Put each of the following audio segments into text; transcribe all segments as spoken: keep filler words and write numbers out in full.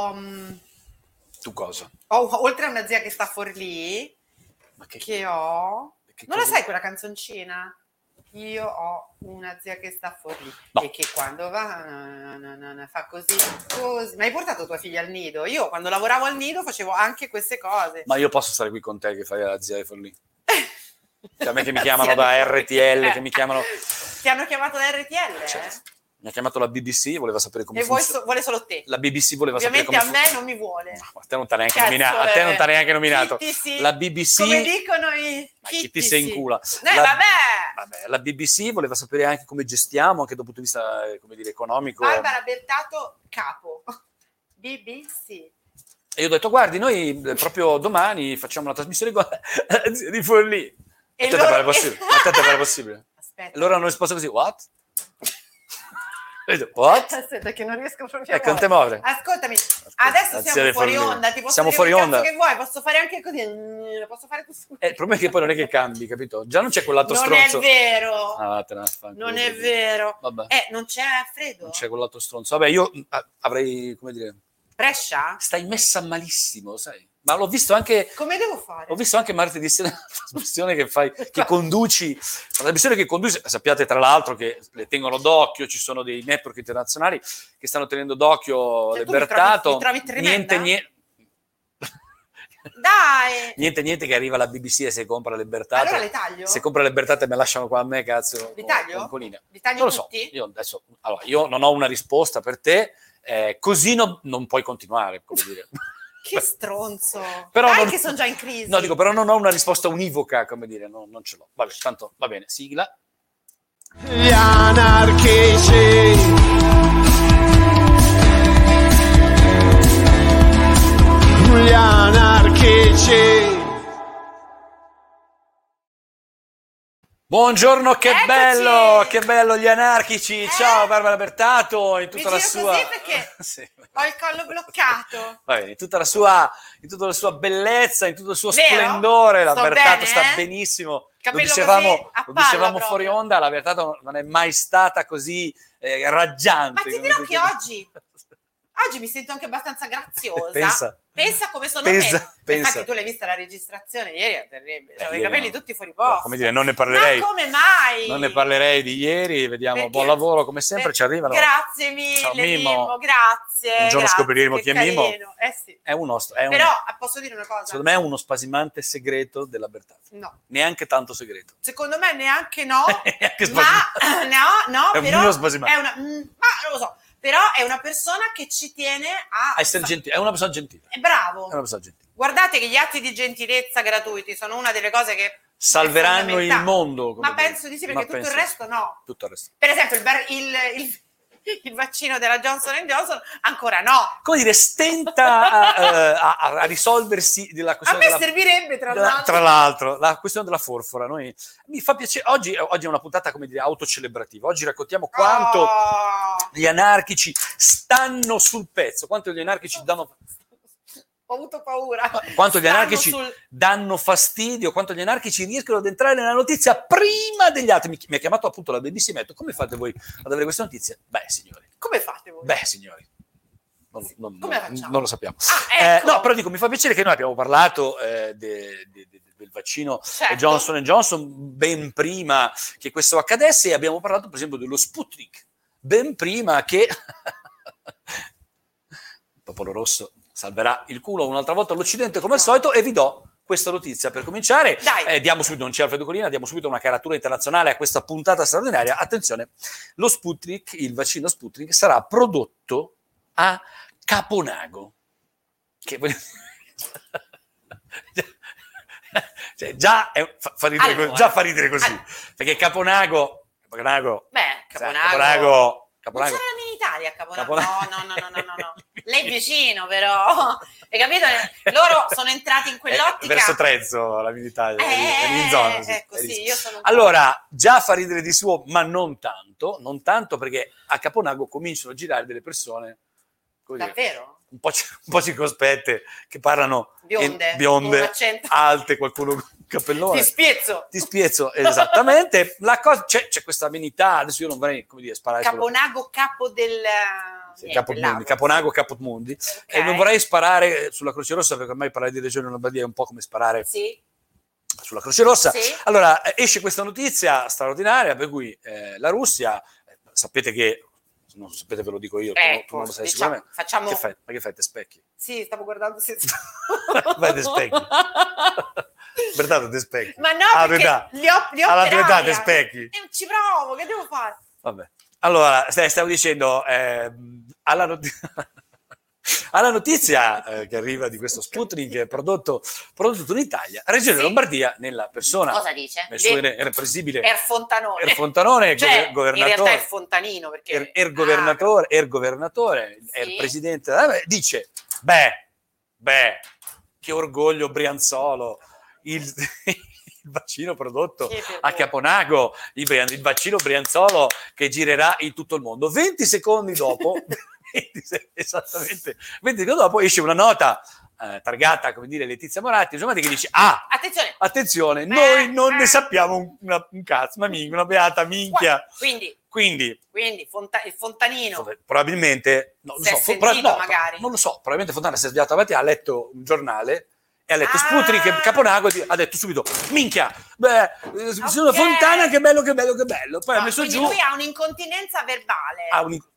ho... Tu cosa? ho oltre a una zia che sta a Forlì, Ma che, che ho... che non cosa... la sai quella canzoncina? Io ho una zia che sta a Forlì no. e che quando va no, no, no, no, fa così, così. Ma hai portato tua figlia al nido? Io quando lavoravo al nido facevo anche queste cose. Ma io posso stare qui con te che fai la zia di Forlì? Cioè, a me che mi chiamano da R T L, che mi chiamano... Ti hanno chiamato da R T L? Certo. Mi ha chiamato la B B C, voleva sapere come e funziona. So, vuole solo te. La B B C voleva Ovviamente sapere come a me non mi vuole. No, a te non t'ha neanche, Cazzo, nomina- a te non t'ha neanche nominato. Kitty, la B B C... Come dicono i... Ma chi ti sei in culo? Eh, la... vabbè. vabbè! La B B C voleva sapere anche come gestiamo, anche dal punto di vista, come dire, economico. Barbara Bertato, capo. B B C. E io ho detto, guardi, noi proprio domani facciamo una trasmissione con di Forlì. A te te pare possibile? A te te pare possibile? Aspetta. E loro hanno risposto così, what? What? Aspetta che non riesco proprio ecco, a non te muovere. Ascoltami, Ascolta, adesso siamo fuori Forlì. onda, ti posso siamo dire fuori che onda. cazzo che vuoi, posso fare anche così, posso fare così. Eh, il problema è che poi non è che cambi, capito? Già non c'è quell'altro non stronzo. Non è vero. Ah, te ne non è vero. Vabbè. Eh, non c'è Alfredo? Non c'è quell'altro stronzo. Vabbè, io avrei, come dire... Brescia? Stai messa malissimo, sai? Ma l'ho visto anche... Come devo fare? Ho visto anche martedì sera una trasmissione che fai, che conduci, una trasmissione che conduci, sappiate tra l'altro che le tengono d'occhio, ci sono dei network internazionali che stanno tenendo d'occhio cioè, Libertato. Mi trovi, mi trovi niente, niente. Dai! Niente, niente che arriva la B B C e se compra Libertato. Allora le taglio? Se compra Libertato e me lasciano qua a me, cazzo. Li taglio? Con, con Li taglio non lo tutti? so, io adesso, allora, io non ho una risposta per te, eh, così no, non puoi continuare, come dire. Che stronzo! Però Dai non, che sono già in crisi. No, dico, però non ho una risposta univoca, come dire, no, non ce l'ho. Vabbè, tanto, va bene, sigla. Gli anarchici. Gli anarchici. Buongiorno, che Eccoci! bello, che bello gli anarchici. Eh? Ciao Barbara Bertato, in tutta Mi la giro sua così perché sì. Ho il collo bloccato. Va bene, in tutta la sua in tutta la sua bellezza, in tutto il suo Vero? splendore, la Sto Bertato bene, sta eh? benissimo. Capello lo dicevamo, così, a lo palla dicevamo proprio. fuori onda, la Bertato non è mai stata così eh, raggiante. Ma ti dirò che oggi Oggi mi sento anche abbastanza graziosa. Pensa. Pensa come sono pensa, me. Pensa. Infatti tu l'hai vista la registrazione ieri, è terribile. Avevo Eh, i capelli no. tutti fuori posto. Come dire, non ne parlerei. Ma come mai? Non ne parlerei di ieri, vediamo, Perché? buon lavoro come sempre, Per... ci arrivano. Grazie mille, Ciao, Mimmo. Mimmo. grazie. Un giorno grazie, scopriremo chi è Mimmo. carino. Eh sì. È uno, è un, Però posso dire una cosa? Secondo me è uno spasimante segreto della Bertato. No. Neanche tanto segreto. Secondo me neanche no. Neanche ma no, no, è però uno spasimante. è una mm, ma non lo so. Però è una persona che ci tiene a... A essere gentile, è una persona gentile. È bravo. È una persona gentile. Guardate che gli atti di gentilezza gratuiti sono una delle cose che... Salveranno il mondo. Ma dire. penso di sì, perché Ma tutto il penso resto no. Tutto il resto. Per esempio il, bar- il, il, il vaccino della Johnson and Johnson ancora no. Come dire, stenta a, a, a risolversi della A questione me della, servirebbe, tra della, l'altro. tra l'altro, la questione della forfora. Noi, mi fa piacere, oggi, oggi è una puntata, come dire, autocelebrativa. Oggi raccontiamo quanto Oh. gli anarchici stanno sul pezzo, quanto gli anarchici danno... Ho avuto paura. Quanto gli Stanno anarchici sul... danno fastidio, quanto gli anarchici riescono ad entrare nella notizia prima degli altri. Mi, mi ha chiamato appunto la B B C e mi ha detto: come fate voi ad avere queste notizie? Beh, signori. Come fate voi? Beh, signori. Non, non, Come non, facciamo? non lo sappiamo. Ah, ecco. eh, no, però dico, mi fa piacere che noi abbiamo parlato eh, de, de, de, del vaccino Certo. Johnson and Johnson ben prima che questo accadesse, e abbiamo parlato per esempio dello Sputnik ben prima che Popolo Rosso salverà il culo un'altra volta all'Occidente come al solito, e vi do questa notizia per cominciare. Dai. Eh, diamo subito, non c'è Alfredo Colina, diamo subito una caratura internazionale a questa puntata straordinaria. Attenzione, lo Sputnik, il vaccino Sputnik, sarà prodotto a Caponago. Che cioè, già, è, fa, fa ridere, allora, già fa ridere così, allora. Perché Caponago, Caponago, Beh, Caponago, Caponago... Caponago, Non c'era in Italia Caponago. Caponago. No, no, no, no, no, no. Lei è vicino, però. Hai capito? Loro sono entrati in quell'ottica. Eh, verso Trezzo, la mia Italia, Eh, è lì in zona. Sì, ecco, sì, io sono un po'... Allora, già fa ridere di suo, ma non tanto, non tanto perché a Caponago cominciano a girare delle persone. Come dire, Davvero? un po', un po' circospette, che parlano Bionde, in- bionde con un accento. alte, qualcuno con un cappellone. Ti spiezzo. Ti spiezzo, esattamente. La cosa, c'è, c'è questa amenità, adesso io non vorrei, come dire, sparare sulla- Caponago, capo del... Sì, niente, Capodmundi, lago. Caponago, Capodmundi. Ok. E non vorrei sparare sulla Croce Rossa, perché ormai parlare di Regione Lombardia è un po' come sparare Sì, sulla Croce Rossa. sì. Allora, eh, esce questa notizia straordinaria per cui eh, la Russia, eh, sapete che, non sapete ve lo dico io, tu, Ecco, tu non lo sai diciamo, sicuramente. facciamo- Che fai? Ma che fai, te specchi? Sì, stavo guardando se... Vai, te specchi. Bertato, te specchi. Ma no, Alla perché tua età. li ho, li ho Alla per tua età aria. te specchi. Eh, ci provo, che devo fare? Vabbè. Allora, st- stavo dicendo, eh, alla, not- alla notizia eh, che arriva di questo Sputnik prodotto, prodotto in Italia, Regione Sì. Lombardia, nella persona Cosa dice? del suo De- ere- irreprensibile Er Fontanone. Er Fontanone, Cioè, gover- in realtà è governatore, Fontanino, perché... er, er governatore, er governatore, Sì. er presidente, eh, dice, beh, beh, che orgoglio Brianzolo, il, il vaccino prodotto Sì, per a voi. Caponago, il, Brian- il vaccino Brianzolo che girerà in tutto il mondo. venti secondi dopo, venti se- esattamente, venti secondi dopo esce una nota eh, targata, come dire, Letizia Moratti, insomma, che dice, ah, Attenzione. attenzione, Eh, noi non eh. ne sappiamo un, una- un cazzo, ma minchia, una beata minchia. Quindi, Quindi, quindi Fonta- il Fontanino... probabilmente, no, lo Si è so, sentito pro- no, magari. non lo so, probabilmente Fontana si è svegliato la mattina, ha letto un giornale e ha letto Ah. Sputnik e Caponago e ha detto subito, minchia, beh, eh, sono Ok. Fontana, che bello, che bello, che bello. Poi ha No, messo quindi giù, lui ha un'incontinenza verbale. ha un-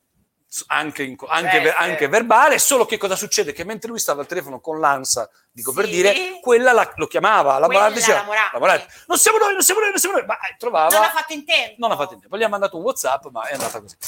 anche, in- anche, Beh, ver- sì. anche verbale, solo che cosa succede? Che mentre lui stava al telefono con l'ANSA, dico per Sì. dire, quella la- lo chiamava, la Quella, Moratti, diceva, la Moratti. la Moratti, non siamo noi, non siamo noi, non siamo noi, ma eh, trovava... Non ha fatto in tempo. Non ha fatto in tempo, gli ha mandato un WhatsApp, ma è andata così.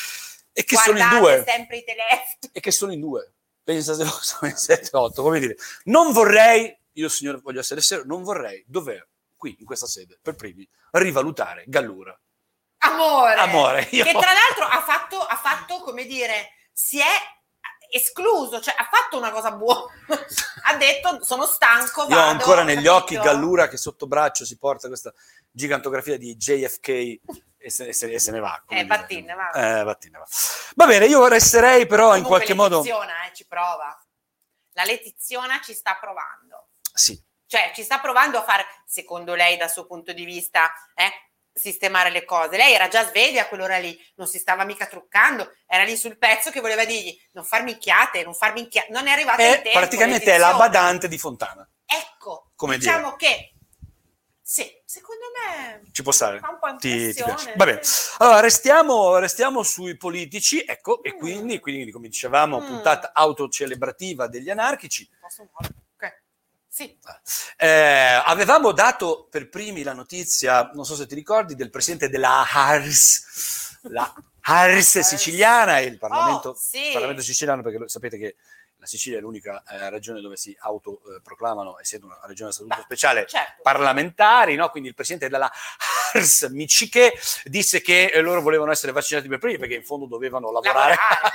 E che sono Guardate in due. sempre i telefoni. E che sono in due. Pensa se sono in sette otto, come dire. Non vorrei, io signore voglio essere serio, non vorrei dover, qui in questa sede, per primi, rivalutare Gallura. Amore. Amore, io- Che tra l'altro ha fatto, ha fatto, come dire, si è escluso, cioè ha fatto una cosa buona. Ha detto, sono stanco, Io ho vado, ancora negli capito? occhi Gallura che sotto braccio si porta questa gigantografia di J F K e se, e se- e se ne va. come Eh, dire. Vattin, va. Eh, Vattin, va. Va bene, io resterei però in Comunque qualche modo... Letiziona, eh, ci prova. La Letiziona ci sta provando. Sì, Cioè, ci sta provando a fare, secondo lei, dal suo punto di vista, eh, sistemare le cose. Lei era già sveglia a quell'ora lì, non si stava mica truccando, era lì sul pezzo che voleva dirgli non far minchiate, non far minchiate, non è arrivata in è tempo. praticamente è la Letiziona. badante di Fontana. Ecco, Come diciamo che sì, secondo me Ci può stare? fa un po' Ti, ti impressione. piace? Va bene. sì. Allora, restiamo, restiamo sui politici, ecco, e Mm. quindi, quindi come dicevamo, Mm. puntata autocelebrativa degli anarchici. Posso muovere? Ok. Sì. Eh, avevamo dato per primi la notizia, non so se ti ricordi, del presidente della A R S, la A R S siciliana, e il Parlamento, Oh, sì. il Parlamento siciliano, perché lo- sapete che la Sicilia è l'unica eh, regione dove si autoproclamano, essendo una regione a statuto Beh, speciale, certo. parlamentari, no? Quindi il presidente della A R S, Micciche, disse che eh, loro volevano essere vaccinati per primi perché in fondo dovevano lavorare. Lavorare.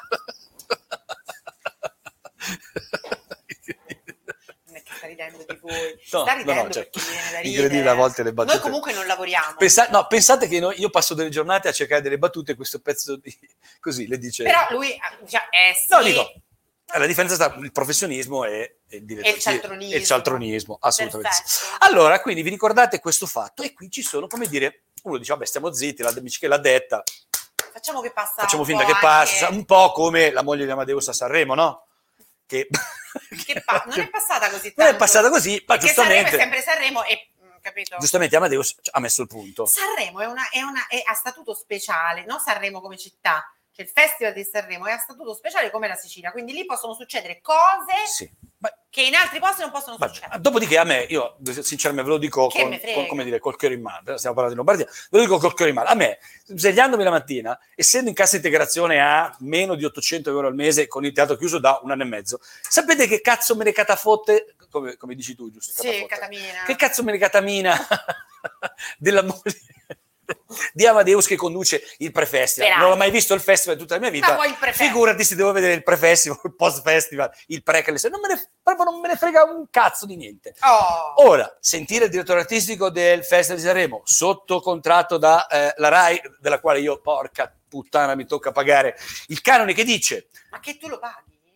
Non è che sta ridendo di voi, No, sta no, ridendo no, certo. perché mi viene da ridere. Incredibile a volte le battute. Noi comunque non lavoriamo. Pensa- no, pensate che noi- io passo delle giornate a cercare delle battute, questo pezzo di... così le dice... Però lui dice, eh sì, No, dico, è la differenza tra il professionismo e, e il dilettantismo. E il cialtronismo. E il cialtronismo, assolutamente sì. Perfetto. Allora, quindi vi ricordate questo fatto e qui ci sono, come dire, uno dice, vabbè, stiamo zitti, la Micciche l'ha detta, facciamo che passa facciamo un finta po' che passa, anche- un po' come la moglie di Amadeus a Sanremo, no? Che, che pa- non è passata così tanto. Non è passata così, ma perché Sanremo giustamente, è sempre Sanremo e mm, capito? giustamente Amadeus ha messo il punto. Sanremo è, una, è, una, è a statuto speciale, non Sanremo come città, cioè il Festival di Sanremo è a statuto speciale come la Sicilia, quindi lì possono succedere cose Sì. Ma- che in altri posti non possono Vabbè, succedere. dopodiché a me, io sinceramente ve lo dico Che con, me frega. con- come dire, col cuore in mano, stiamo parlando di Lombardia, ve lo dico col cuore in mano, a me, svegliandomi la mattina, essendo in cassa integrazione a meno di ottocento euro al mese con il teatro chiuso da un anno e mezzo, sapete che cazzo me ne catafotte, come, come dici tu, giusto? Sì, Catafotte? Catamina. Che cazzo me ne catamina della moglie di Amadeus che conduce il pre-festival? Sperato. Non ho mai visto il festival in tutta la mia vita, Ma poi il pre-festival. figurati se devo vedere il pre-festival, il post-festival, il pre che le non me ne, proprio non me ne frega un cazzo di niente. Oh. Ora, sentire il direttore artistico del Festival di Sanremo sotto contratto da eh, la Rai, della quale io, porca puttana, mi tocca pagare il canone, che dice Ma che tu lo paghi?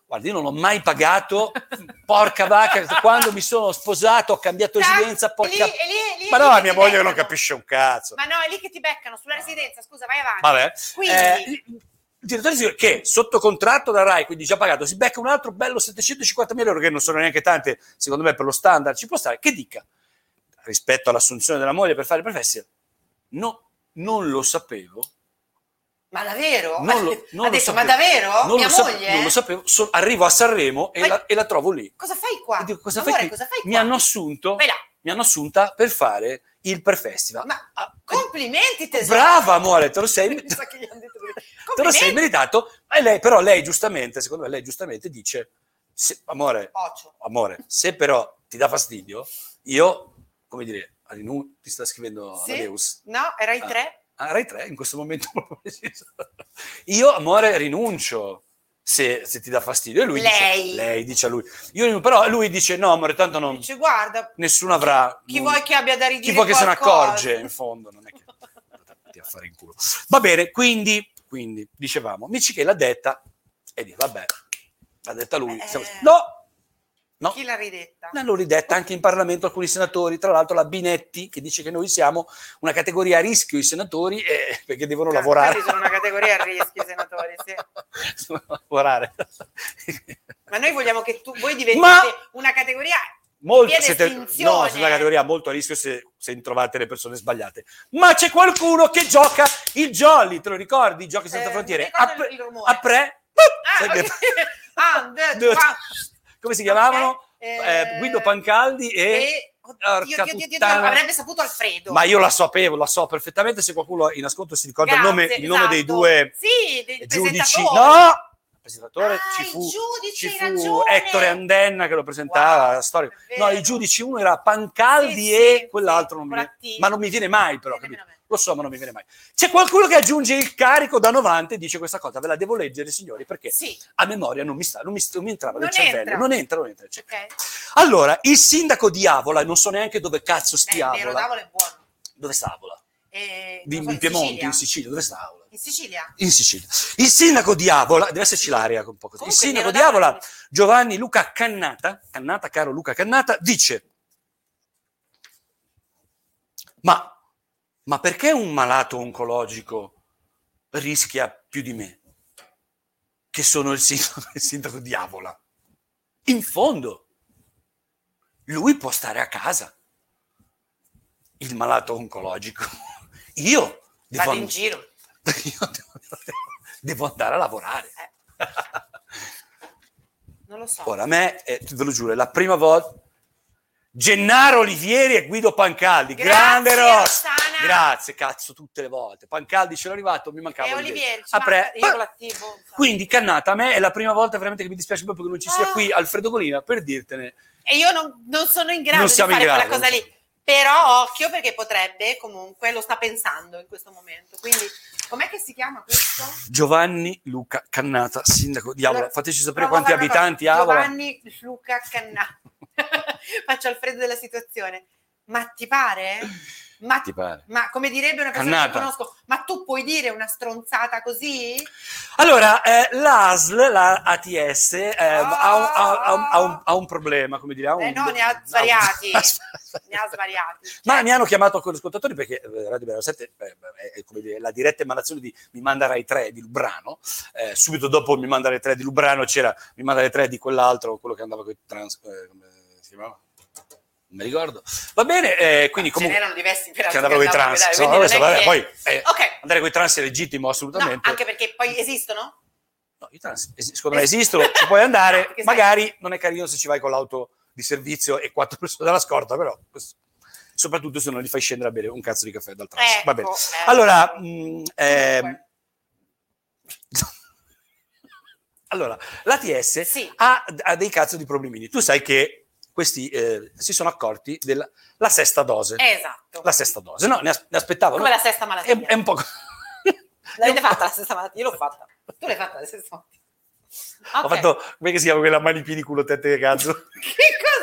Guarda, io non ho mai pagato, porca vacca, quando mi sono sposato ho cambiato residenza, porca... Lì, lì, lì, ma lì no, che mia ti moglie beccano. non capisce un cazzo. Ma no, è lì che ti beccano, sulla residenza, scusa, vai avanti. Vabbè, Quindi... eh, il direttore di che sotto contratto da Rai, quindi già pagato, si becca un altro bello settecentocinquantamila euro, che non sono neanche tante, secondo me per lo standard ci può stare, che dica, rispetto all'assunzione della moglie per fare il pre-festival, no, non lo sapevo. Ma davvero? Non lo, ha non ha lo detto, sapevo. ma davvero? Non Mia lo sap- moglie? non lo sapevo, So- arrivo a Sanremo e Ma- la, e la trovo lì. Cosa fai qua? E dico, cosa Amore, fai qui? cosa fai qua? Mi hanno assunto, Vai là. mi hanno assunta per fare il pre-festival. Ma Ah, complimenti, tesoro. brava amore, te lo sei, Mi sa che gli hanno detto così. te lo sei Complimenti. meritato. E lei, però lei giustamente, secondo me lei giustamente dice, se- amore, Ocio. amore, se però ti dà fastidio, io, come dire, Arinu, ti sta scrivendo Sì? Amadeus. No, era i Ah. tre. Ah, Rai tre in questo momento proprio preciso. Io, amore, rinuncio se, se ti dà fastidio. E lui Lei. dice, lei dice a lui. Io, rinuncio, però lui dice, no, amore, tanto non, Dice, guarda, nessuno avrà... chi non- vuoi che abbia da ridire chi vuoi che se ne qualcosa? accorge, in fondo, non è che... Ti a fare in culo. Va bene, quindi, quindi, dicevamo, Michiché l'ha detta, e dice, vabbè, l'ha detta lui. Eh. Siamo- No! No. Chi l'ha ridetta? L'hanno ridetta anche in Parlamento alcuni senatori, tra l'altro la Binetti che dice che noi siamo una categoria a rischio i senatori eh, perché devono Cazzo, lavorare. quelli sono una categoria a rischio, i senatori, sì. Devono lavorare. Ma noi vogliamo che tu, voi diventiate Ma- una categoria Molto, via siete, d'estinzione. no, siete una categoria molto a rischio se, se trovate le persone sbagliate. Ma c'è qualcuno che gioca il Jolly, te lo ricordi? I Giochi senza Eh, frontiere. mi ricordo A pre- il rumore. a pre- Ah, sai che- ok. Ah, de- Due- wow. come si chiamavano? Ok, Eh, eh, Guido Pancaldi e... E oddio, Porca Dio, Dio, Dio, puttana. avrebbe saputo Alfredo. Ma io la sapevo, la so perfettamente. Se qualcuno in ascolto si ricorda il nome, Grazie, il nome dei esatto. due sì, dei giudici, presentatori. no! Il presentatore Ah, ci il fu, giudice, ci hai fu ragione. Ettore Andenna che lo presentava, Wow, la storia. è No, vero. i giudici, uno era Pancaldi Sì, e sì, quell'altro sì, non mi con viene, la T. ma non mi viene mai però, Sì, capito? nemmeno a me. Lo so, ma non mi viene mai. C'è qualcuno che aggiunge il carico da novanta e dice questa cosa, ve la devo leggere signori, perché Sì. a memoria non mi, sta, non mi, non mi entrava nel Non cervello, entra. non entra, non entra nel cervello. Ok. Allora, il sindaco di Avola, non so neanche dove cazzo Eh, stia il vero Avola. Davolo è buono. Dove sta Avola? Eh, Di, non so, in Piemonte, Sicilia. in Sicilia, dove sta Avola? In Sicilia? In Sicilia. Il sindaco di Avola, deve esserci l'aria un po' così. Il Comunque, sindaco di Piero Avola, Davolo- Giovanni Luca Cannata, Cannata, caro Luca Cannata, dice: Ma, ma perché un malato oncologico rischia più di me? Che sono il sindaco, il sindaco di Avola. In fondo, lui può stare a casa. Il malato oncologico. Io devo, Vado in giro. io devo, devo andare a lavorare. Eh. Non lo so. Ora, a me, eh, ve lo giuro, è la prima volta. Gennaro Olivieri e Guido Pancaldi, Grazie, grande Ross. Rossana. Grazie, cazzo, tutte le volte. Pancaldi ce l'ho arrivato, mi mancava E Olivieri. Olivieri, ci A pre- manca- io con l'attivo. Quindi, Cannata, a me è la prima volta veramente che mi dispiace proprio che non ci sia Ah. qui Alfredo Golina per dirtene. E io non, non sono in grado Non di siamo in fare grado, quella cosa non lì. Però occhio perché potrebbe, comunque, lo sta pensando in questo momento. Quindi, com'è che si chiama questo? Giovanni Luca Cannata, sindaco di Avola. Allora, Fateci sapere provo a quanti fare una abitanti cosa. Avola. Giovanni Luca Cannata. Faccio Alfredo della situazione. Ma ti pare? Ma, Ti pare? ma come direbbe una persona Cannata. che conosco, ma tu puoi dire una stronzata così? Allora, eh, l'A S L, la A T S, eh, ha, un, ha- ha un- ha un, ha un problema, come dire. Ha un, Eh no, ne ha svariati. Ne ha svariati. Ma Cioè, mi hanno chiamato con gli ascoltatori perché eh, Radio Bella sette eh, è come dire, la diretta emanazione di Mi manda Rai tre di Lubrano. Eh, subito dopo Mi manda Rai tre di Lubrano c'era Mi manda Rai tre di quell'altro, quello che andava con i trans... Eh, come si chiamava? Non mi ricordo. Va bene, eh, quindi ce comunque... n'erano diversi per Che andava con i andavano a trans. vedere, No, quindi questo, non è vabbè, che- poi eh, Ok. andare con i trans è legittimo No, assolutamente. anche perché poi esistono? No, i trans es- secondo me esistono, ci puoi andare, Perché sai- magari non è carino se ci vai con l'auto di servizio e quattro persone dalla scorta, però questo- soprattutto se non li fai scendere a bere un cazzo di caffè dal trans. Ecco, Va bene. eh. Allora, mh, ehm, Comunque. allora, l'A T S Sì. ha, ha dei cazzo di problemini. Tu sai che questi eh, si sono accorti della la sesta dose. Esatto. La sesta dose, no, ne, as- ne aspettavano. Come la sesta È, malattia. è un po'... L'avete fatta la stessa malattia? Io l'ho fatta. Tu l'hai fatta la stessa malattia. Ho Ok. fatto, come che si chiama quella mani piedi culo tette che cazzo? Che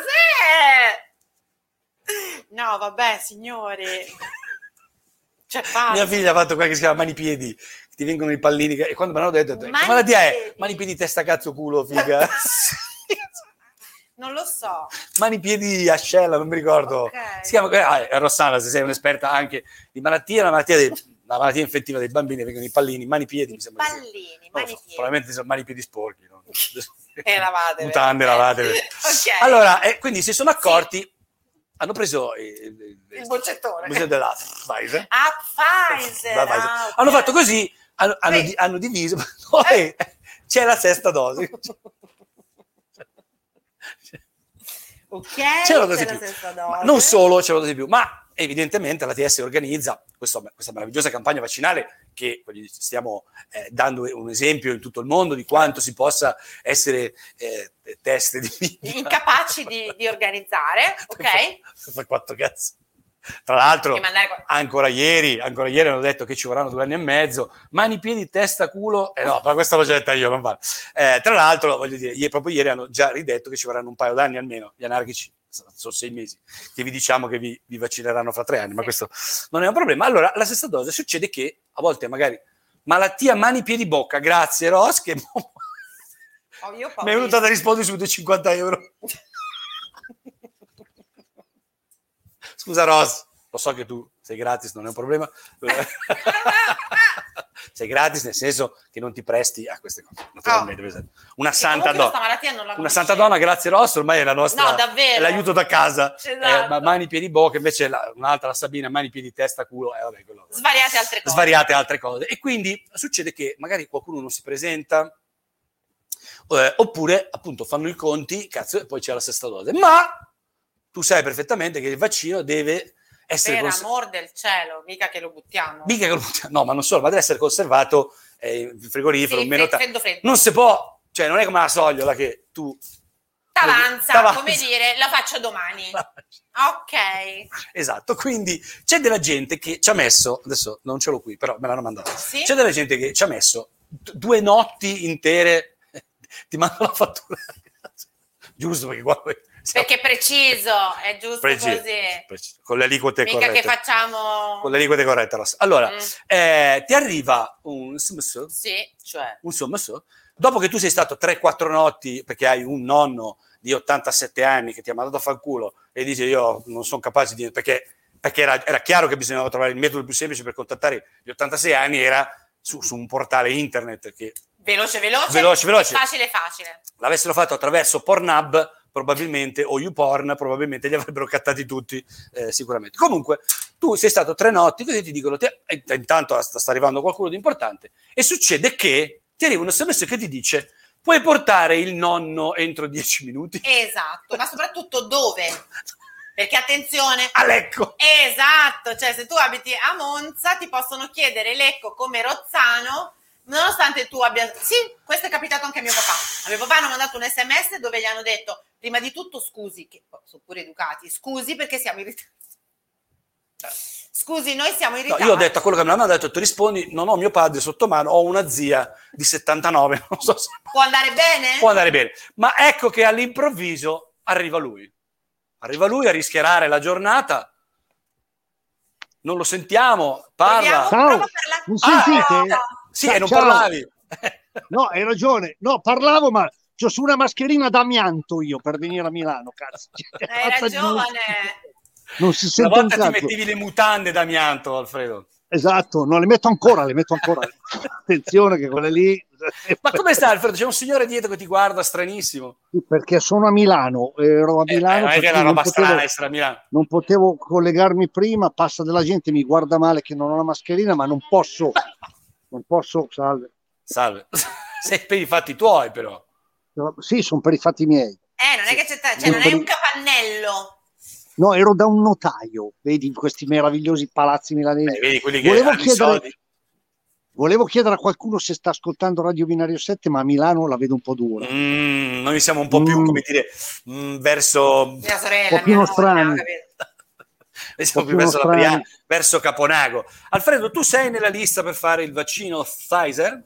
cos'è? No, vabbè, signore. Cioè, Mia parla. figlia ha fatto quella che si chiama mani piedi, ti vengono i pallini, che- e quando me l'hanno detto, ho detto, che Mani malattia è? piedi. Mani, piedi, testa, cazzo, culo, figa. Non lo so. Mani, piedi, ascella, non mi ricordo. Ok. Si chiama, ah, Rossana, se sei un'esperta anche di malattie, la malattia, dei, la malattia infettiva dei bambini, vengono i pallini, mani, piedi, mi sembra. di sì. Pallini, Non lo mani so, piedi. probabilmente sono mani, piedi sporchi. No? E lavate. Mutande lavate. Ok. Allora, eh, quindi si sono accorti, hanno preso il, il, Il boccettone. il boccetto della Pfizer. Ah, Pfizer. La Pfizer. Ah, ok. Hanno fatto così, hanno, hanno, Sì. di- hanno diviso, poi c'è la sesta dose. Ok, C'è la dose c'è più. la stessa Ma dose. non solo c'è la dose più, ma evidentemente la T S organizza questo- questa meravigliosa campagna vaccinale che voglio dire, stiamo eh, dando un esempio in tutto il mondo di quanto si possa essere eh, teste di minchia. Incapaci di, di organizzare, ok? Fa quattro cazzo. Tra l'altro, E mandare qua- ancora ieri, ancora ieri hanno detto che ci vorranno due anni e mezzo, mani, piedi, testa, culo, eh no, ma questa l'ho già detta io, non vale. Eh, tra l'altro, voglio dire, ieri, proprio ieri hanno già ridetto che ci vorranno un paio d'anni almeno, gli anarchici, sono sei mesi, che vi diciamo che vi, vi vaccineranno fra tre anni, ma questo non è un problema. Allora, la stessa dose succede che, a volte magari, malattia, mani, piedi, bocca, grazie Ros, che Oh, io ho mi è venuta paura. da rispondere subito cinquanta euro. Scusa Ros, lo so che tu sei gratis, non è un problema. Sei gratis nel senso che non ti presti a queste cose. Naturalmente. Una santa Comunque donna. questa malattia non la Una conoscevo. santa donna, grazie Ross, ormai è la nostra. No, davvero. È l'aiuto da casa. Esatto. Eh, ma mani, piedi, bocca, invece la- un'altra, la Sabina, mani, piedi, testa, culo. Eh, vabbè, quello. Svariate altre cose. Svariate altre cose. E quindi succede che magari qualcuno non si presenta, eh, oppure appunto fanno i conti, cazzo, e poi c'è la stessa dose. Ma tu sai perfettamente che il vaccino deve essere Per cons- amor del cielo, mica che lo buttiamo. mica che lo- no, ma non solo, ma deve essere conservato eh, in frigorifero, Sì, meno fre- ta- freddo freddo. non si può, cioè non è come la sogliola che tu T'avanza, T'avanza. come dire, la faccio domani. Ok. Esatto, quindi c'è della gente che ci ha messo, adesso non ce l'ho qui, però me l'hanno mandato. Sì? C'è della gente che ci ha messo d- due notti intere, ti mando la fattura. Giusto, perché qua siamo Perché è preciso, è giusto preciso, così. preciso, con le aliquote Mica corrette. che facciamo... Con le aliquote corrette, Ross. Allora, Mm. eh, ti arriva un S M S, Sì, cioè... un S M S, dopo che tu sei stato tre quattro notti, perché hai un nonno di ottantasette anni che ti ha mandato a fanculo e dice io non sono capace di... perché, perché era, era chiaro che bisognava trovare il metodo più semplice per contattare gli ottantasei anni, era su, su un portale internet che Veloce, veloce, Veloce, veloce. facile, facile. l'avessero fatto attraverso Pornhub probabilmente, o YouPorn, probabilmente li avrebbero cattati tutti, eh, sicuramente. Comunque, tu sei stato tre notti, così ti dicono, te, e intanto sta, sta arrivando qualcuno di importante, e succede che ti arriva un S M S che ti dice, puoi portare il nonno entro dieci minuti? Esatto, ma soprattutto dove? Perché attenzione... A Lecco! Esatto, cioè se tu abiti a Monza ti possono chiedere Lecco come Rozzano, nonostante tu abbia... Sì, questo è capitato anche a mio papà. A mio papà hanno mandato un S M S dove gli hanno detto, prima di tutto scusi, che sono pure educati, scusi perché siamo in ritardo. Scusi, noi siamo in No, ritardo. io ho detto a quello che me l'hanno detto, tu rispondi, non ho mio padre sotto mano, ho una zia di settantanove, non so se Può andare bene? può andare bene. Ma ecco che all'improvviso arriva lui. Arriva lui a rischiarare la giornata, non lo sentiamo, parla. Proviamo, Ciao. prova a parlare. Mi Ah, sentite? Sì, e non Ciao. parlavi. No, hai ragione. No, parlavo, ma c'ho su una mascherina d'amianto io per venire a Milano, cazzo. Hai Fatta di- ragione. Non si Una sente un volta ti cazzo. mettevi le mutande d'amianto, Alfredo. Esatto, no, le metto ancora, le metto ancora. Attenzione che quelle lì... Ma come stai, Alfredo? C'è un signore dietro che ti guarda stranissimo. Perché sono a Milano, ero a Eh, Milano non è che è perché una non roba potevo, strana essere a Milano. non potevo collegarmi prima, passa della gente, mi guarda male che non ho la mascherina, ma non posso, non posso, salve. Salve. Sei per i fatti tuoi, però. Sì, sono per i fatti miei. Eh, non è che c'è, ta- cioè, non è un capannello. No, ero da un notaio, vedi, in questi meravigliosi palazzi milanesi. Eh, vedi quelli che Volevo hanno i chiedere, soldi. volevo chiedere a qualcuno se sta ascoltando Radio Binario sette, ma a Milano la vedo un po' dura. Mm, noi siamo un po' più, Mm. come dire, mm, verso... Mia sorella, Un po' più mia nostrani. nonna, capito? Noi siamo Un più po' più verso la nostrani. Brianza, verso Caponago. Alfredo, tu sei nella lista per fare il vaccino Pfizer?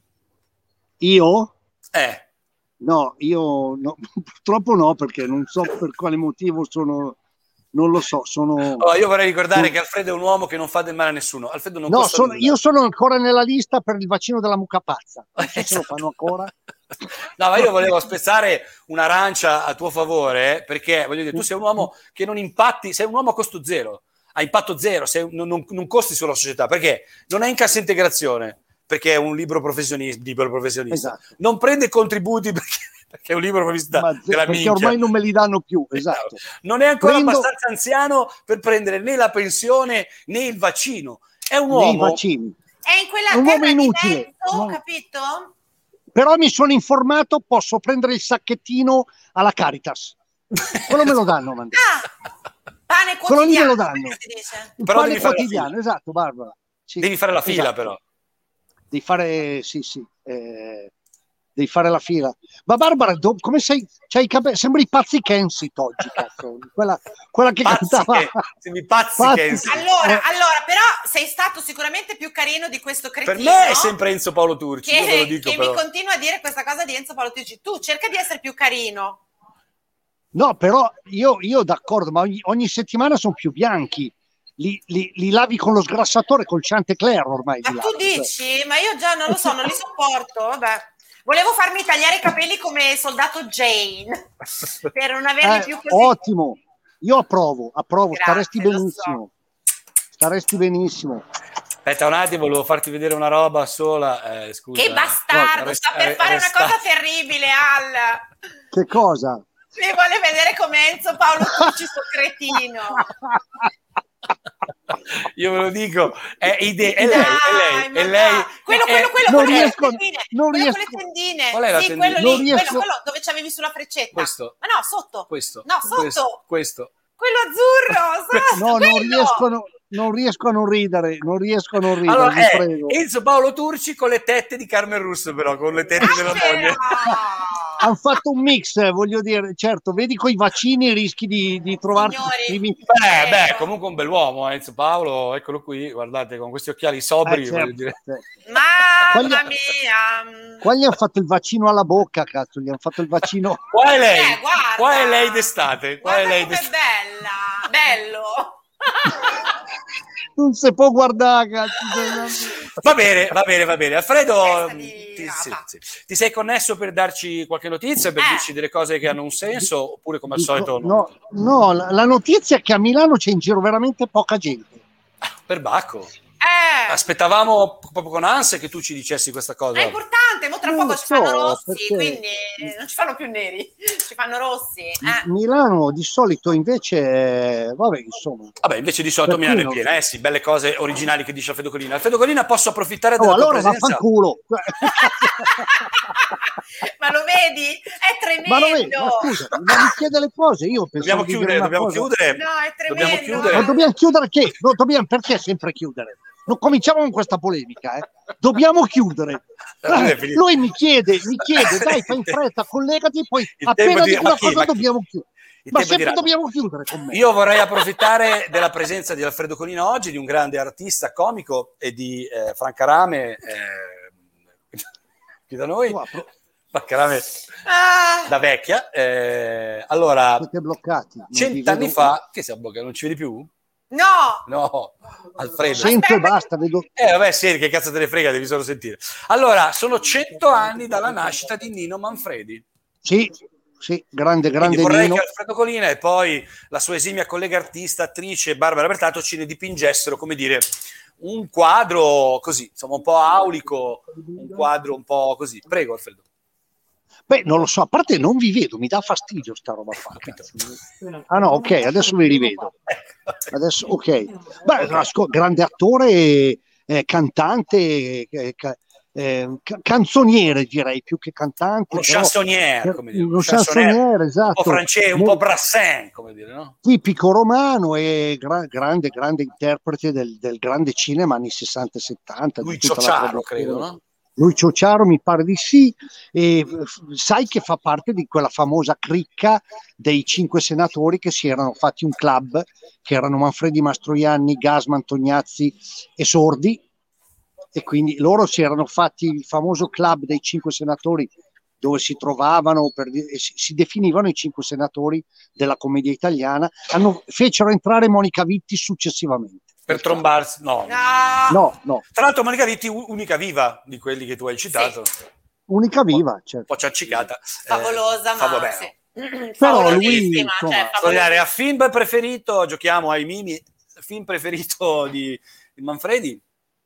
Io? Eh. No, io no, purtroppo no, perché non so per quale motivo sono non lo so, sono... Oh, io vorrei ricordare che Alfredo è un uomo che non fa del male a nessuno. Alfredo non no, costa sono, nulla. io sono ancora nella lista per il vaccino della mucca pazza. Non so se Esatto. lo fanno ancora. No, ma io volevo spezzare un'arancia a tuo favore, perché voglio dire, tu sei un uomo che non impatti, sei un uomo a costo zero, a impatto zero, sei, non, non, non costi sulla società, perché non è in cassa integrazione, perché è un libero professionista, libero professionista. Esatto. Non prende contributi perché, perché è un libero professionista Ma della perché minchia. ormai non me li danno più, esatto. Non è ancora Prendo... abbastanza anziano per prendere né la pensione né il vaccino. È un nei uomo... vaccini. È in quella È un uomo terra di inutile. mezzo, No. capito? Però mi sono informato, posso prendere il sacchettino alla Caritas. Quello me lo danno, man. Ah, pane Quello lì me quotidiano, lo danno. come si dice? Il Però pane devi fare la quotidiano, fila. esatto, Barbara. Sì, Devi fare la fila, esatto. però. Devi fare, sì, sì, eh, devi fare la fila. Ma Barbara, do, come sei? C'hai i capelli, sembri Pazzi Kensit oggi, cazzo. Quella, quella che Pazzi cantava. che, sembri pazzi Pazzi- che insieme. Allora, Eh. allora, però sei stato sicuramente più carino di questo Per cretino. me è sempre Enzo Paolo Turci, che, io ve lo dico che però. mi continua a dire questa cosa di Enzo Paolo Turci. Tu cerca di essere più carino. No, però io, io d'accordo, ma ogni, ogni settimana sono più bianchi. Li, li, li lavi con lo sgrassatore, col Chantecler ormai. Ma li tu lavi, cioè. dici? Ma io già non lo so, non li sopporto. Vabbè. Volevo farmi tagliare i capelli come soldato Jane per non averli Eh, più così. ottimo, io approvo, approvo, Grazie, staresti lo benissimo. Staresti benissimo. Aspetta un attimo, volevo farti vedere una roba sola. Eh, scusa. Che bastardo, Guarda, sta per resta- fare una resta- cosa terribile, Al. Che cosa? Mi vuole vedere come Enzo Paolo Tucci, sto cretino. Io ve lo dico, è, ide- è lei, Dai, è lei, ma è lei. no. Quello, è- quello, quello, non quello con le riesco- tendine. non quello con riesco- le tendine. Qual è la sì, tendina? quello Non lì, riesco- quello, quello dove c'avevi sulla freccetta. Questo. Ma no, sotto. Questo. No, sotto. Questo. questo. Quello azzurro. sotto, No, non quello. riesco, a no- non riesco a non ridere, non riesco a non ridere, Allora, vi è prego. Enzo Paolo Turci con le tette di Carmen Russo, però, con le tette della moglie. Hanno fatto un mix, eh, voglio dire, certo, vedi coi vaccini rischi di, di trovarti Signori. primi- Beh, beh, Ecco. comunque un bell'uomo, eh, Enzo Paolo, eccolo qui, guardate, con questi occhiali sobri, Eh, voglio certo, dire. certo. Mamma Quagli- mia. Qua gli hanno fatto il vaccino alla bocca, cazzo, gli hanno fatto il vaccino. Qua è lei, Eh, guarda. qua è lei d'estate, qua Guarda è lei com'è d'estate. bella. Bello. Non si può guardare, cazzo. Va bene, va bene, va bene. Alfredo, Testa di ti, sì, rapa. sì. Ti sei connesso per darci qualche notizia, per Eh. dirci delle cose che hanno un senso, oppure come al Dico, solito non- no, no, la, la notizia è che a Milano c'è in giro veramente poca gente. per Bacco. Eh. Aspettavamo proprio con ansia che tu ci dicessi questa cosa. È importante, mo tra Non poco lo ci fanno so, rossi, perché- quindi non ci fanno più neri, ci fanno rossi. Eh. Milano di solito invece, vabbè, insomma. Vabbè, invece di solito Per Milano è cui piena, eh sì, belle cose originali che dice Alfredo Colina. Alfredo Colina, posso approfittare della Oh, tua allora presenza? vaffanculo. Ma lo vedi? È tremendo. Ma, lo vedi? Ma scusa, ma mi chiede le cose, io pensavo Dobbiamo di dire chiudere, una dobbiamo cosa. chiudere. No, è tremendo. Dobbiamo chiudere. Ma dobbiamo chiudere che? No, dobbiamo, perché sempre chiudere? Non cominciamo con questa polemica, eh? Dobbiamo chiudere. Non è Eh, finito. lui mi chiede, mi chiede, dai, fai in fretta, collegati, poi Il appena tempo di- dico ma una chi? cosa Ma chi? dobbiamo chiudere. Il Ma tempo sempre dirà. dobbiamo chiudere con me. Io vorrei approfittare della presenza di Alfredo Colina oggi, di un grande artista comico e di eh, Franca Rame eh, qui da noi. Tu appro- Franca Rame Ah, da vecchia. Eh, allora, Siete bloccati. non vi cent'anni vedo- fa, che siamo bloccati, non ci vedi più? no. No, Alfredo. Sento e Aspetta. basta, vedo. Eh vabbè, sì, che cazzo te ne frega, devi solo sentire. Allora, sono cento anni dalla nascita di Nino Manfredi. Sì, sì, grande, Quindi grande vorrei Nino. che Alfredo Colina e poi la sua esimia collega artista, attrice Barbara Bertato ce ne dipingessero, come dire, un quadro così, insomma un po' aulico, un quadro un po' così. Prego Alfredo. Beh, non lo so, a parte non vi vedo, mi dà fastidio sta roba qua. Capito. Ah no, ok, adesso vi rivedo. Adesso, ok. Beh, asco- grande attore, eh, cantante, eh, ca- eh, ca- canzoniere direi, più che cantante. Uno però- chansonniere, come dire. Uno chansonniere, esatto. Un po' francese, un Mo- po' brassin, come dire, no? tipico romano e gra- grande, grande interprete del, del grande cinema anni sessanta e settanta. Lui di tutta la Ciociaro, produzione. credo, no? Lui Ciociaro mi pare di sì, e f- sai che fa parte di quella famosa cricca dei cinque senatori che si erano fatti un club, che erano Manfredi, Mastroianni, Gasman, Tognazzi e Sordi, e quindi loro si erano fatti il famoso club dei cinque senatori dove si trovavano, per, e si, si definivano i cinque senatori della commedia italiana, hanno, fecero entrare Monica Vitti successivamente. Per trombarsi, no. No. No, no. Tra l'altro Monica Vitti, unica viva di quelli che tu hai citato. Sì. Unica viva, certo. Un po' ciaccicata. Favolosa, eh, ma vabbè, sì. Però lui, Favolosissima, insomma, cioè, a film preferito, giochiamo ai mimi, film preferito di, di Manfredi?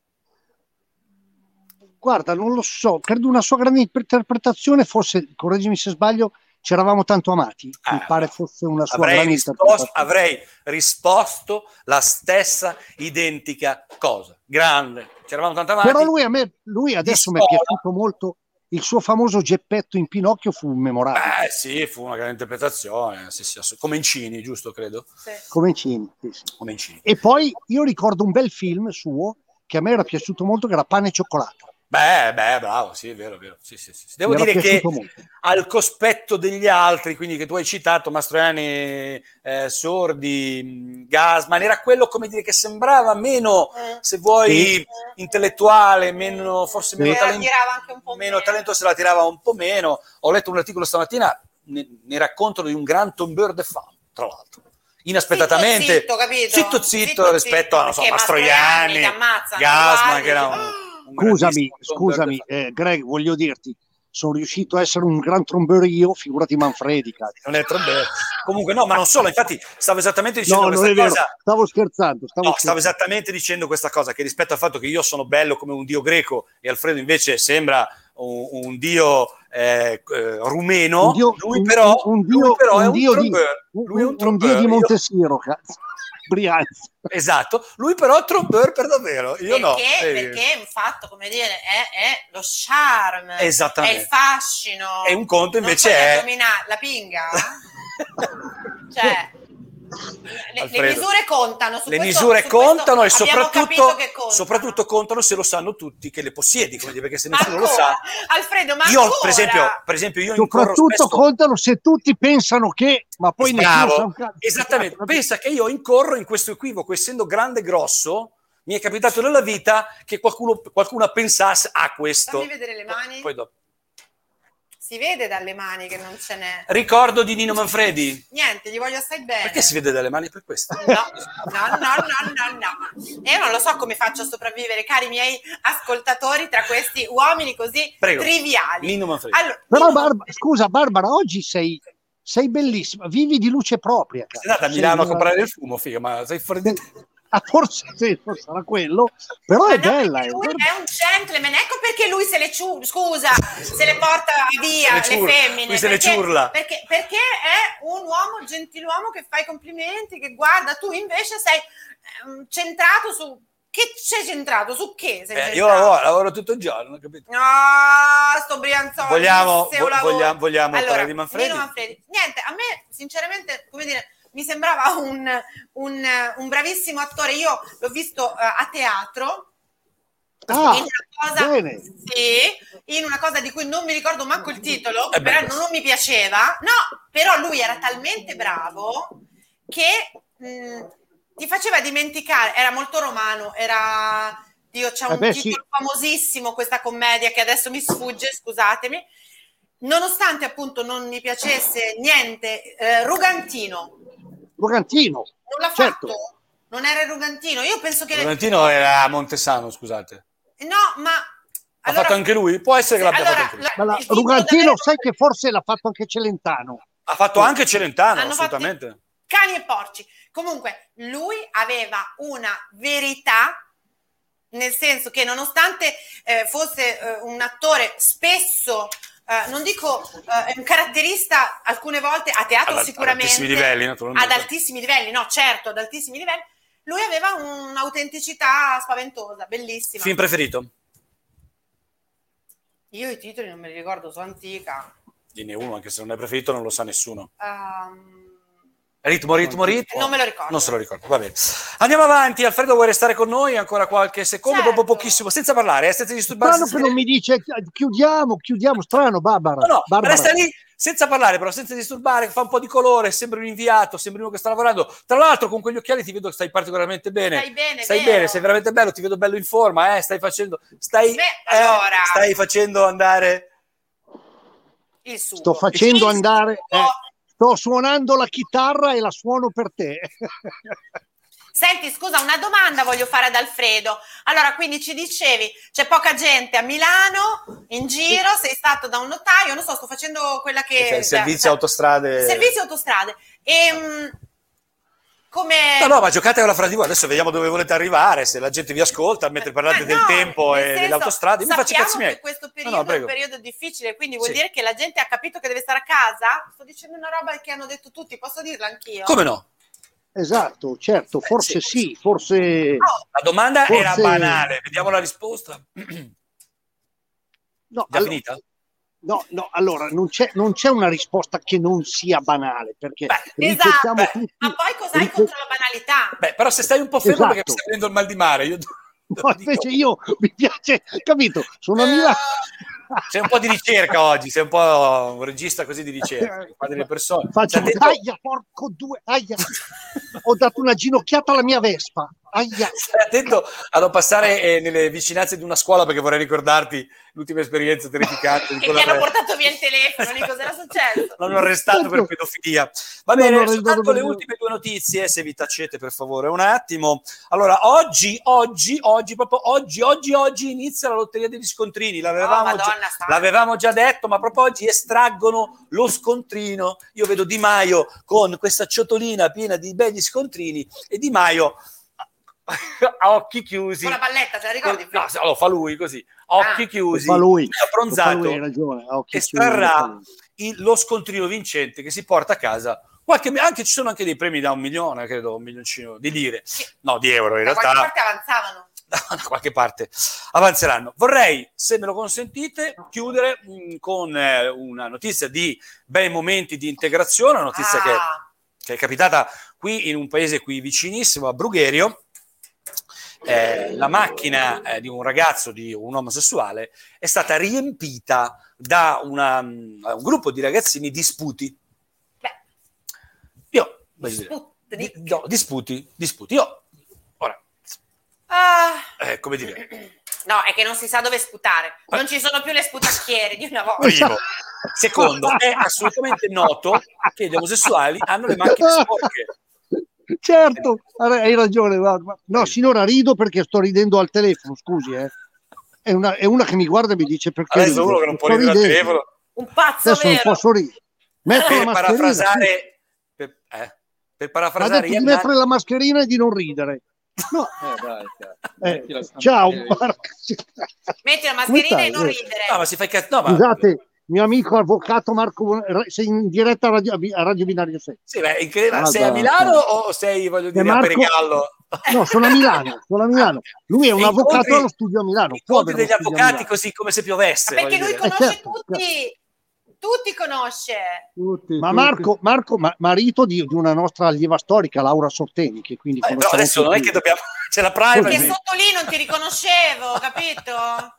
Guarda, non lo so, credo una sua grande interpretazione fosse, correggimi se sbaglio, C'eravamo tanto amati, Ah, mi pare fosse una sua avrei grande risposto, interpretazione. avrei risposto la stessa identica cosa. Grande, c'eravamo tanto amati. Però lui a me, lui adesso mi è scuola. piaciuto molto, il suo famoso Geppetto in Pinocchio fu memorabile. Beh, sì, fu una grande interpretazione, sì, sì, ass- Comencini, giusto, credo? Sì. Comencini, sì, sì. Comencini. E poi io ricordo un bel film suo che a me era piaciuto molto, che era Pane e Cioccolato. Beh, beh, bravo, sì, è vero, è vero. Sì, sì, sì. Devo Mi era dire che piaciuto molto. al cospetto degli altri, quindi che tu hai citato, Mastroianni, eh, Sordi, mh, Gassman, era quello, come dire, che sembrava meno, se vuoi, Sì. intellettuale, meno, forse Sì. meno, Se la talento, tirava anche un po' meno meno. talento, se la tirava un po' meno. Ho letto un articolo stamattina, ne, ne raccontano di un gran tombeur de femme, tra l'altro. Inaspettatamente, Zitto, zitto, capito? zitto, zitto, Zitto, rispetto zitto, a, non so, perché Mastroianni, Mastroianni ti ammazzano, Gassman, guardi, che era dici, un, "Ah!" un Scusami, grandissimo tombeur de scusami, femme. eh, Greg, voglio dirti, sono riuscito a essere un gran trombeur io, figurati Manfredi, cazzo. Non è trombone. Comunque no, ma non solo, infatti stavo esattamente dicendo No, non questa è vero, cosa. stavo scherzando. Stavo No, stavo scherzando. esattamente dicendo questa cosa, che rispetto al fatto che io sono bello come un dio greco e Alfredo invece sembra un, un dio eh, eh, rumeno, Un dio, lui un- però, un lui dio- però un è un dio di, trombeur. un- Lui è un un dio di trombeur. Io- Montesiro, cazzo. Brianza. Esatto, lui però è trombeur per davvero, io no. Perché, Vedi? perché è un fatto, come dire, è, è lo charme, Esattamente. è il fascino. E un conto invece non so gli è- addominali, la pinga? Cioè, le, Alfredo, le misure contano. Su le questo- misure su questo contano e abbiamo soprattutto, capito che contano. soprattutto contano se lo sanno tutti che le possiedi, come dire, perché se Ma nessuno lo ancora? sa. Alfredo, ma Io, ancora? per esempio, per esempio, io incorro Soprattutto spesso. contano se tutti pensano che, ma poi nessuno Bravo, sa un cazzo. esattamente. Pensa che io incorro in questo equivoco, essendo grande e grosso. Mi è capitato nella vita che qualcuno, qualcuno pensasse a questo. Fammi vedere le mani. Poi dopo. Si vede dalle mani che non ce n'è. Ricordo di Nino Manfredi. Niente, gli voglio assai bene. Perché si vede dalle mani per questo? No, no, no, no, no, no. Io non lo so come faccio a sopravvivere, cari miei ascoltatori, tra questi uomini così Prego. triviali. Nino Manfredi. Allora, Però Nino Barba- Manfredi- scusa Barbara, oggi sei, sei bellissima, vivi di luce propria. Sei cazzo. andata a Sei Milano a una- comprare del fumo, figa, ma sei fuori di te. Ah, forse, sì, forse sarà quello, però Ma è no, bella. perché È lui guarda- è un gentleman, ecco perché lui se le ciu- scusa, se le porta via Se le le ciurla, femmine. lui se le perché, ciurla. Perché, perché è un uomo, gentiluomo che fa i complimenti, che guarda, tu invece sei ehm, centrato su... Che c'è centrato? Su che sei Eh, centrato? io lavoro, lavoro tutto il giorno, non capito? No, sto brianzolo. Vogliamo- se vo- lavoro. vogliamo- vogliamo allora, parlare di Manfredi? Nino Manfredi. Niente, a me sinceramente, come dire, mi sembrava un, un, un bravissimo attore. Io l'ho visto eh, a teatro. Ah, in una cosa, bene. sì, in una cosa di cui non mi ricordo manco il titolo, Eh beh, però questo. non mi piaceva. No, però lui era talmente bravo che mh, ti faceva dimenticare, era molto romano, era... Dio, c'è un Eh beh, titolo sì. famosissimo, questa commedia che adesso mi sfugge, scusatemi. Nonostante appunto non mi piacesse niente, eh, Rugantino, Rugantino, non l'ha certo. fatto? Non era il Rugantino? Io penso che... Valentino era a Montesano, scusate. No, ma... Ha fatto anche lui? Può essere che l'abbia allora, fatto anche lui. Ma la, il titolo Rugantino, davvero- sai che forse l'ha fatto anche Celentano. Ha fatto anche Celentano, hanno fatto assolutamente. cani e porci. Comunque, lui aveva una verità, nel senso che nonostante eh, fosse eh, un attore spesso, eh, non dico eh, un caratterista alcune volte a teatro Ad- ad sicuramente, altissimi livelli, naturalmente. ad altissimi livelli, no certo, ad altissimi livelli, lui aveva un'autenticità spaventosa, bellissima. Film preferito? Io i titoli non me li ricordo, sono antica. Dine uno, anche se non è preferito non lo sa nessuno. Um, Ritmo, ritmo, ritmo. Non me lo ricordo. Non se lo ricordo, va bene. Andiamo avanti. Alfredo, vuoi restare con noi ancora qualche secondo? Certo. Proprio pochissimo, senza parlare, eh, senza disturbarsi. Strano che non mi dice chiudiamo, chiudiamo, strano Barbara. No, no, Barbara. resta lì senza parlare, però senza disturbare, fa un po' di colore, sembri un inviato, sembri uno che sta lavorando. Tra l'altro con quegli occhiali ti vedo che stai particolarmente bene. Stai bene, Stai vero. bene, sei veramente bello, ti vedo bello in forma, eh, stai facendo stai, Beh, eh, allora. stai facendo andare il suo. Sto facendo Il andare, suo. eh, sto suonando la chitarra e la suono per te. Senti, scusa, una domanda voglio fare ad Alfredo. Allora, quindi ci dicevi, c'è poca gente a Milano, in giro, sei stato da un notaio, non so, sto facendo quella che... Cioè, servizio autostrade. Servizio autostrade. E, mh, come... No, no, ma giocate fra di voi, adesso vediamo dove volete arrivare, se la gente vi ascolta, mentre parlate Ah, del no, tempo nel e senso, delle autostrade, mi faccio i cazzi miei. Che questo periodo No, no, è un prego. periodo difficile, quindi vuol Sì. dire che la gente ha capito che deve stare a casa? Sto dicendo una roba che hanno detto tutti, posso dirla anch'io? Come no? Esatto, certo, forse Eh, sì. sì, forse... La domanda Forse- era banale, vediamo la risposta. No, Già allo- finita? no, no, allora, non c'è, non c'è una risposta che non sia banale, perché Beh, ripetiamo Esatto, tutti... ma poi cos'hai ripet- contro la banalità? Beh, però se stai un po' fermo Esatto. perché mi sta venendo il mal di mare, io No, invece io mi piace, capito? Sono a Milano. sei un po' di ricerca oggi, sei un po' un regista così di ricerca, fa delle persone. Faccio, Stai attento- aia, porco due, aia. Ho dato una ginocchiata alla mia Vespa, aia. Stai attento a non passare eh, nelle vicinanze di una scuola perché vorrei ricordarti l'ultima esperienza terrificante di Che quella ti hanno che- portato via il telefono, lì cos'era successo? l'hanno arrestato per pedofilia. Va L'hanno bene, arrestato soltanto per le pedofilia. ultime due notizie, se vi tacete per favore un attimo. Allora, oggi, oggi, oggi, proprio oggi, oggi, oggi inizia la lotteria degli scontrini. L'avevamo, Oh, già, Madonna santa. l'avevamo già detto, ma proprio oggi estraggono lo scontrino. Io vedo Di Maio con questa ciotolina piena di begli scontrini e Di Maio a occhi chiusi. Con la balletta, te la ricordi? No, se- lo fa lui così, a occhi Ah. chiusi, Lo fa lui. abbronzato, Lo fa lui, hai ragione, a occhi chiusi, lo estrarrà fa lui. il- lo scontrino vincente che si porta a casa. Qualche, anche, ci sono anche dei premi da un milione, credo, un milioncino di lire, no, di euro in Da realtà. qualche parte avanzavano. Da qualche parte avanzeranno. Vorrei, se me lo consentite, chiudere mh, con eh, una notizia di bei momenti di integrazione, una notizia che, Ah, che è capitata qui in un paese qui vicinissimo, a Brugherio. Eh, la macchina eh, di un ragazzo, di un omosessuale, è stata riempita da una, un gruppo di ragazzini disputi. beh, Io, voglio dire, Sputnik. di- no, disputi, disputi. Io, ora, Ah, eh, come dire, no, è che non si sa dove sputare. Non ci sono più le sputacchiere di una volta. primo. Secondo, è assolutamente noto che gli omosessuali hanno le macchine sporche. Certo, hai ragione. Guarda. No, sinora, rido perché sto ridendo al telefono, scusi. Eh. È, una, è una che mi guarda e mi dice perché Adesso rido. uno che non può Sto ridere al ridendo. telefono. Un pazzo Adesso non vero. posso ridere. Metto la Per mascherina. parafrasare, per, eh, per Ha parafrasare detto di Ian mettere la mascherina e di non ridere. No. Eh, dai, dai. Eh, Mettila- ciao, eh, Marco. Metti la Come mascherina stai? e non Eh. ridere. No, ma si fa i cazzo. No, ma Scusate, mio amico avvocato Marco, sei in diretta a Radio, a Radio Binario sei. sì, beh, in che- Ah, sei a guarda. Milano o sei, voglio dire, Marco- a Perigallo? No, sono a Milano, sono a Milano. Lui è un E avvocato incontri- allo studio a Milano. Può Incontri avere degli uno studio a avvocati Milano. così come se piovesse. Ma perché voglio lui dire. conosce certo, tutti. Tutti conosce. Tutti, Ma tutti. Marco, Marco ma- marito di, di una nostra allieva storica, Laura Sorteni, che quindi Eh, però conosciamo adesso non è tutti. che dobbiamo. C'è la Perché privacy. sotto lì non ti riconoscevo, capito?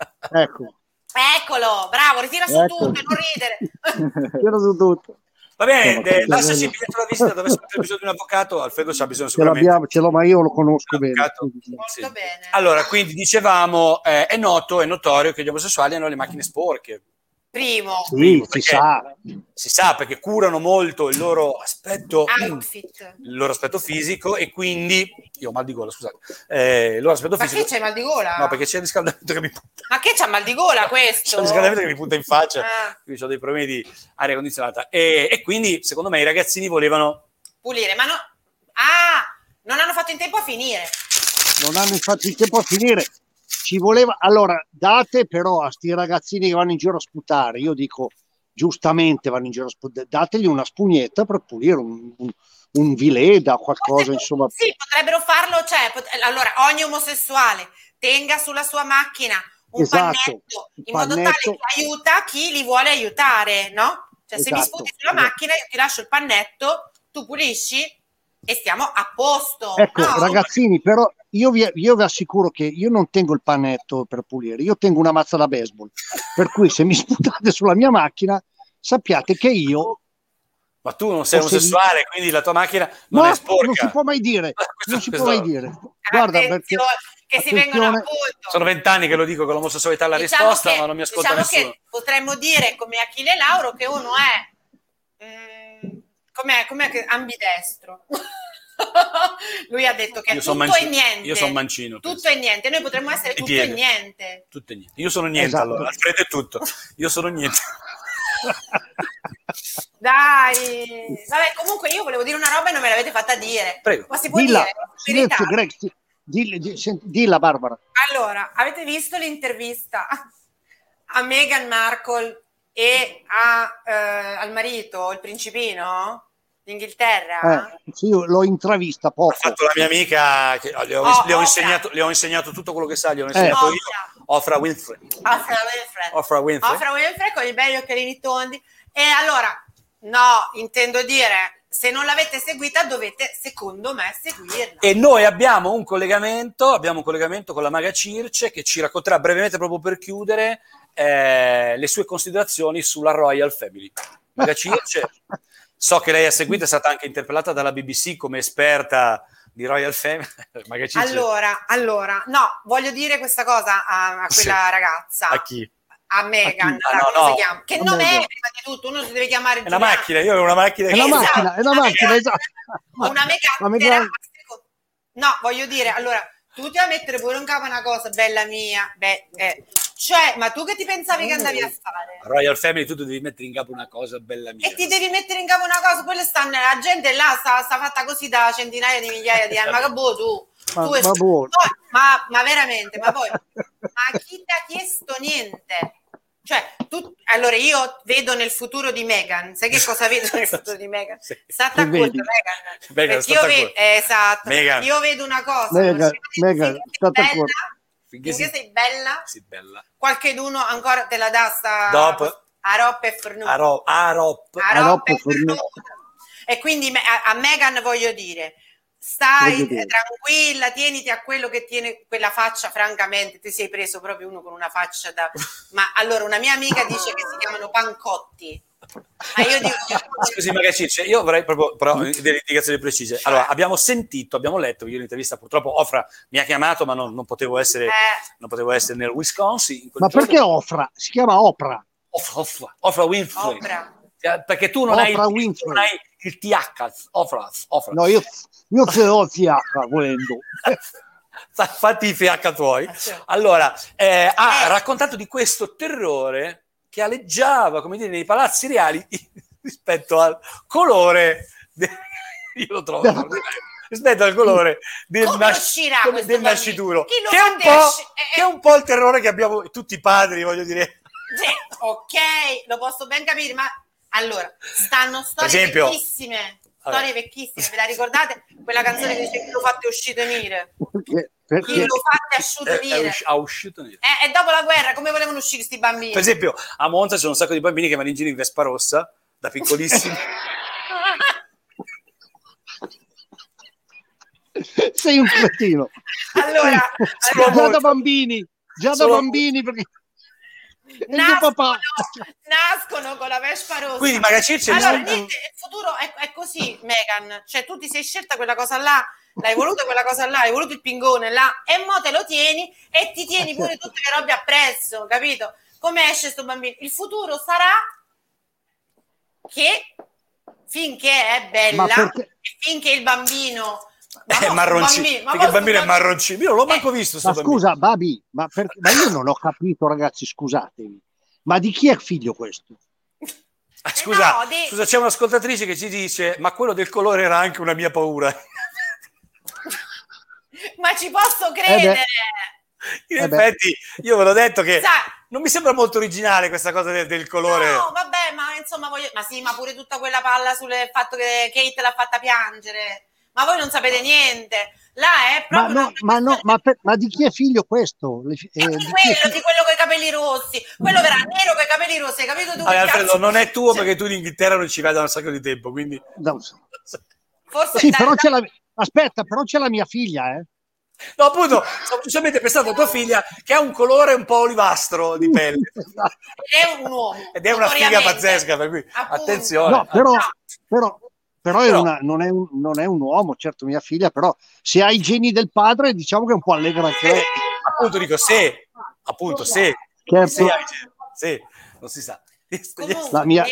Ecco, Eccolo, bravo, ritira su Ecco. tutto e non ridere. c'era su tutto. Va bene, Insomma, eh, sì, lasciaci sì. il biglietto da visita dove avete bisogno di un avvocato. Alfredo c'ha bisogno Ce sicuramente. l'abbiamo, ce l'ho, ma io lo conosco Un bene. avvocato. Molto Sì. bene. Allora, quindi dicevamo, eh, è noto, è notorio che gli omosessuali hanno le macchine sporche. Primo, Sì, si perché- sa. Si sa perché curano molto il loro aspetto, outfit. il loro aspetto fisico e quindi io ho mal di gola, scusate. Eh, il loro aspetto Ma fisico. che c'hai mal di gola? No, perché c'è il riscaldamento che mi punta. Ma che c'ha mal di gola C'è questo? il riscaldamento che mi punta in faccia, Ah. quindi ho dei problemi di aria condizionata. E, e quindi, secondo me, i ragazzini volevano. Pulire, ma no. Ah, non hanno fatto in tempo a finire. Non hanno infatti il tempo a finire. Ci voleva, allora, date però a sti ragazzini che vanno in giro a sputare, io dico, giustamente vanno in giro a sputare, dategli una spugnetta per pulire un, un, un vileda, qualcosa, insomma. Sì, potrebbero farlo, cioè, pot- allora, ogni omosessuale tenga sulla sua macchina un Esatto, pannetto in un modo tale pannetto. che aiuta chi li vuole aiutare, no? Cioè, se mi Esatto, sputi sulla esatto. macchina, io ti lascio il pannetto, tu pulisci e stiamo a posto. Ecco, no? ragazzini, però io vi, io vi assicuro che io non tengo il pannetto per pulire, io tengo una mazza da baseball, per cui se mi sputate sulla mia macchina, sappiate che io... Ma tu non sei Ho omosessuale, quindi la tua macchina non No, è sporca. non si può mai dire, Questo- non si può questo- mai dire. Guarda, perché Attenzione, che si vengono appunto. Sono vent'anni che lo dico con l'omosessualità alla Diciamo risposta, che, ma non mi ascolta diciamo nessuno. Che potremmo dire come Achille Lauro che uno è mm, com'è, com'è che ambidestro. Lui ha detto che io tutto mancino, è niente. Io sono mancino. Tutto è niente. Noi potremmo essere tutto e niente. Tutto e niente. Io sono niente, esatto. Allora. Alfredo è tutto. Io sono niente. Dai. Vabbè, comunque io volevo dire una roba e non me l'avete fatta dire. Prego. Ma si può dilla, dire? silenzio, Greg, dilla, dilla, Barbara. Allora, avete visto l'intervista a Meghan Markle e a, eh, al marito, il principino d'Inghilterra? Eh, sì, l'ho intravista poco. Ha fatto la mia amica, che le ho, oh, le ho insegnato, le ho insegnato tutto quello che sa, gli ho insegnato eh. io. Oprah Winfrey. Oprah Winfrey. Oprah Winfrey. Oprah Winfrey con i belli occhialini tondi. E allora, no, intendo dire, se non l'avete seguita dovete, secondo me, seguirla. E noi abbiamo un collegamento, abbiamo un collegamento con la Maga Circe che ci racconterà brevemente, proprio per chiudere, eh, le sue considerazioni sulla Royal Family. Maga Circe, so che lei ha seguito, è stata anche interpellata dalla B B C come esperta di Royal Family. Allora, allora, no, voglio dire questa cosa a, a quella sì. ragazza. A chi? A Meghan, ah, no, come no. si chiama? Che nome è, prima di tutto, uno si deve chiamare è una macchina, io ho una macchina. È una esatto. macchina, è una macchina, esatto. Una Meghan. No, voglio dire, allora, tu ti vai a mettere pure in capo una cosa, bella mia, beh, eh. Cioè, ma tu che ti pensavi che andavi a fare? Royal Family, tu ti devi mettere in capo una cosa, bella mia. E ti devi mettere in capo una cosa, poi stanno, la gente là sta, sta fatta così da centinaia di migliaia di anni, ma che boh, tu, ma, tu ma, st- boh. poi, ma, ma veramente, ma poi, ma chi ti ha chiesto niente? Cioè, tu, allora io vedo nel futuro di Meghan, sai che cosa vedo nel futuro di Meghan? Sì. State accorto, Meghan. Meghan Perché io vedo, eh, esatto, Meghan. io vedo una cosa, Meghan, Meghan, state bella, accorto. finché sei bella, sì, bella. Qualcheduno ancora te la dà sta dopo Arop e Fornuta. Arop, Arop. Arop e Fornuta. E quindi a, a Meghan voglio dire, stai tranquilla, tieniti a quello che tiene quella faccia, francamente, ti sei preso proprio uno con una faccia da... Ma allora una mia amica dice che si chiamano pancotti. Ma io dico... Scusi, Maga Circe, io vorrei proprio però delle indicazioni precise. Allora, abbiamo sentito, abbiamo letto, io l'intervista purtroppo Oprah mi ha chiamato, ma non, non potevo essere eh. non potevo essere nel Wisconsin. In ma giorno. Perché Oprah? Si chiama Oprah. Oprah, Oprah, Oprah Winfrey. Oprah. Perché tu non, hai il, tu non hai il T H, Oprah, Oprah. No, io, io ce l'ho il T H volendo. Fatti i T H tuoi. Allora, eh, ha raccontato di questo terrore che aleggiava, come dire, nei palazzi reali rispetto al colore de... io lo trovo no. rispetto al colore del, nas... del nascituro, che è, un po', asci... che è un po' il terrore che abbiamo tutti i padri, voglio dire. Sì, ok, lo posso ben capire, ma allora, stanno storie esempio, vecchissime, storie vabbè. vecchissime, ve la ricordate? Quella canzone che dice chi lo fate uscire nire? Perché? Perché? Chi lo fate asciutonire? A uscitonire. Eh, e dopo la guerra, come volevano uscire questi bambini? Per esempio, a Monza ci sono un sacco di bambini che vanno in giro in Vespa rossa, da piccolissimi. Sei un cretino. Allora, già molto. da bambini, già Solo... da bambini, perché... Nascono, nascono con la Vespa rossa. Quindi Maga Circe allora non... niente, il futuro è, è così, Meghan, cioè tu ti sei scelta quella cosa là, l'hai voluto quella cosa là, hai voluto il pingone là e mo te lo tieni e ti tieni pure tutte le robe appresso, capito? Come esce sto bambino? Il futuro sarà che finché è bella perché... e finché il bambino Ma è marroncino, perché il bambino è marroncino. Io non l'ho manco visto. Ma scusa, Babi, ma, per... ma io non ho capito, ragazzi, scusatevi. Ma di chi è figlio questo? Ah, scusa, no, di... scusa, c'è un'ascoltatrice che ci dice: ma quello del colore era anche una mia paura. Ma ci posso credere. Eh In eh effetti, io ve l'ho detto che Sa... non mi sembra molto originale questa cosa del, del colore. No, vabbè, ma insomma, voglio... ma sì, ma pure tutta quella palla sul fatto che Kate l'ha fatta piangere. Ma voi non sapete niente. Là è proprio ma, no, ma, no, ma, per, ma di chi è figlio questo? Eh, di, quello, di quello con i capelli rossi. Quello verrà nero con i capelli rossi. Hai capito tu? Allora, Alfredo, non è tuo perché tu in Inghilterra non ci vai da un sacco di tempo. Quindi... No. Forse sì, però c'è la... Aspetta, però c'è la mia figlia, eh. No, appunto, ho giustamente pensato a tua figlia che ha un colore un po' olivastro di pelle. Ed è un uomo. Ed è una figa pazzesca, per cui appunto. attenzione. No, però, però Però, è Però- una, non, è un, non è un uomo, certo, mia figlia, però se ha i geni del padre, diciamo che è un po' allegra anche lei. appunto dico se, appunto se, Certo. se, se, non si sa. Comunque, La mia- che,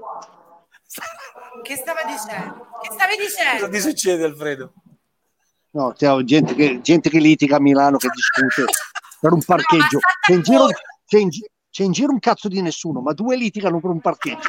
che stava dicendo? Che stavi Cosa dicendo? ti succede, Alfredo? No, c'è gente che, gente che litiga a Milano, che discute per un parcheggio. No, ma C'è in, giro, fuori. c'è, in, gi- c'è in giro un cazzo di nessuno, ma due litigano per un parcheggio.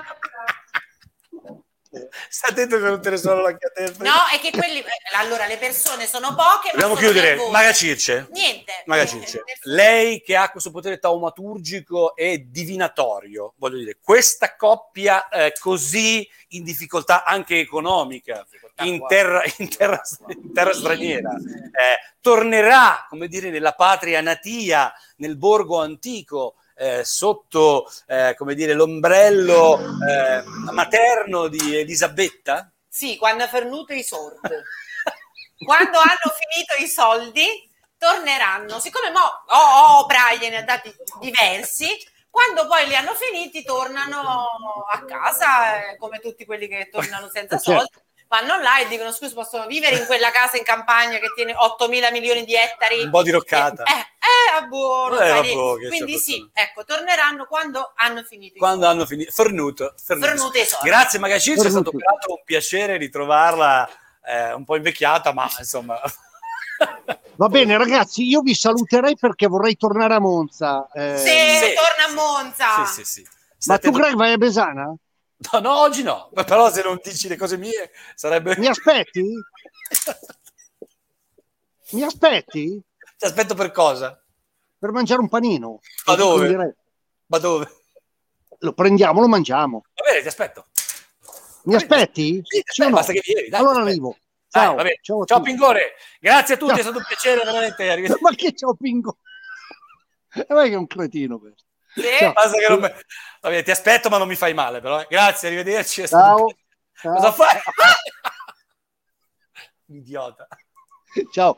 Sta attento che non te ne sono anche a te, Alfredo. No, è che quelli. Allora, le persone sono poche, ma Dobbiamo sono chiudere. nervose. Maga Circe. Niente. Maga Circe. Lei che ha questo potere taumaturgico e divinatorio, voglio dire, questa coppia eh, così in difficoltà anche economica, in terra, in terra, in terra straniera, eh, tornerà, come dire, nella patria natia, nel borgo antico, eh, sotto, eh, come dire, l'ombrello eh, materno di Elisabetta? Sì, quando hanno finito i soldi. Quando hanno finito i soldi, torneranno. Siccome mo oh, oh, Praia ne ha dati diversi, quando poi li hanno finiti, tornano a casa, eh, come tutti quelli che tornano senza soldi. Vanno là e dicono: scusa, possono vivere in quella casa in campagna che tiene ottomila milioni di ettari? Un po' diroccata. Eh, eh, a buono. Eh, fai vabbè, lì. che Quindi c'è sì, fatto. ecco, torneranno quando hanno finito. Quando hanno finito, fornuto, fornuto. Fornuto i soldi. Grazie Maga Circe, è stato Fornuto. peraltro un piacere ritrovarla eh, un po' invecchiata, ma insomma. Va bene, ragazzi, io vi saluterei perché vorrei tornare a Monza. Eh, Sì, Sì, torna a sì. Monza. Sì, sì, sì. ma State- tu, Greg, vai a Besana? No, no, oggi no. Ma però se non dici le cose mie sarebbe... Mi aspetti? Mi aspetti? Ti aspetto per cosa? Per mangiare un panino. Ma Lo dico in dove? diretta. Ma dove? Lo prendiamo, lo mangiamo. Va bene, ti aspetto. Mi aspetti? Sì, Sì o no? basta che vieni, dai, allora ti aspetto. arrivo. Dai, Ciao. va bene. Ciao, a Ciao tutti. Pingore, grazie a tutti, Ciao. è stato un piacere veramente. Arrivederci. Ma che ciao Pingo? E vai che è un cretino questo. Sì. Ciao. Basta che non me- Va bene, ti aspetto, ma non mi fai male, però. eh. Grazie, arrivederci. è stato un Ciao. piacere. Ciao. Cosa fai? Idiota. Ciao.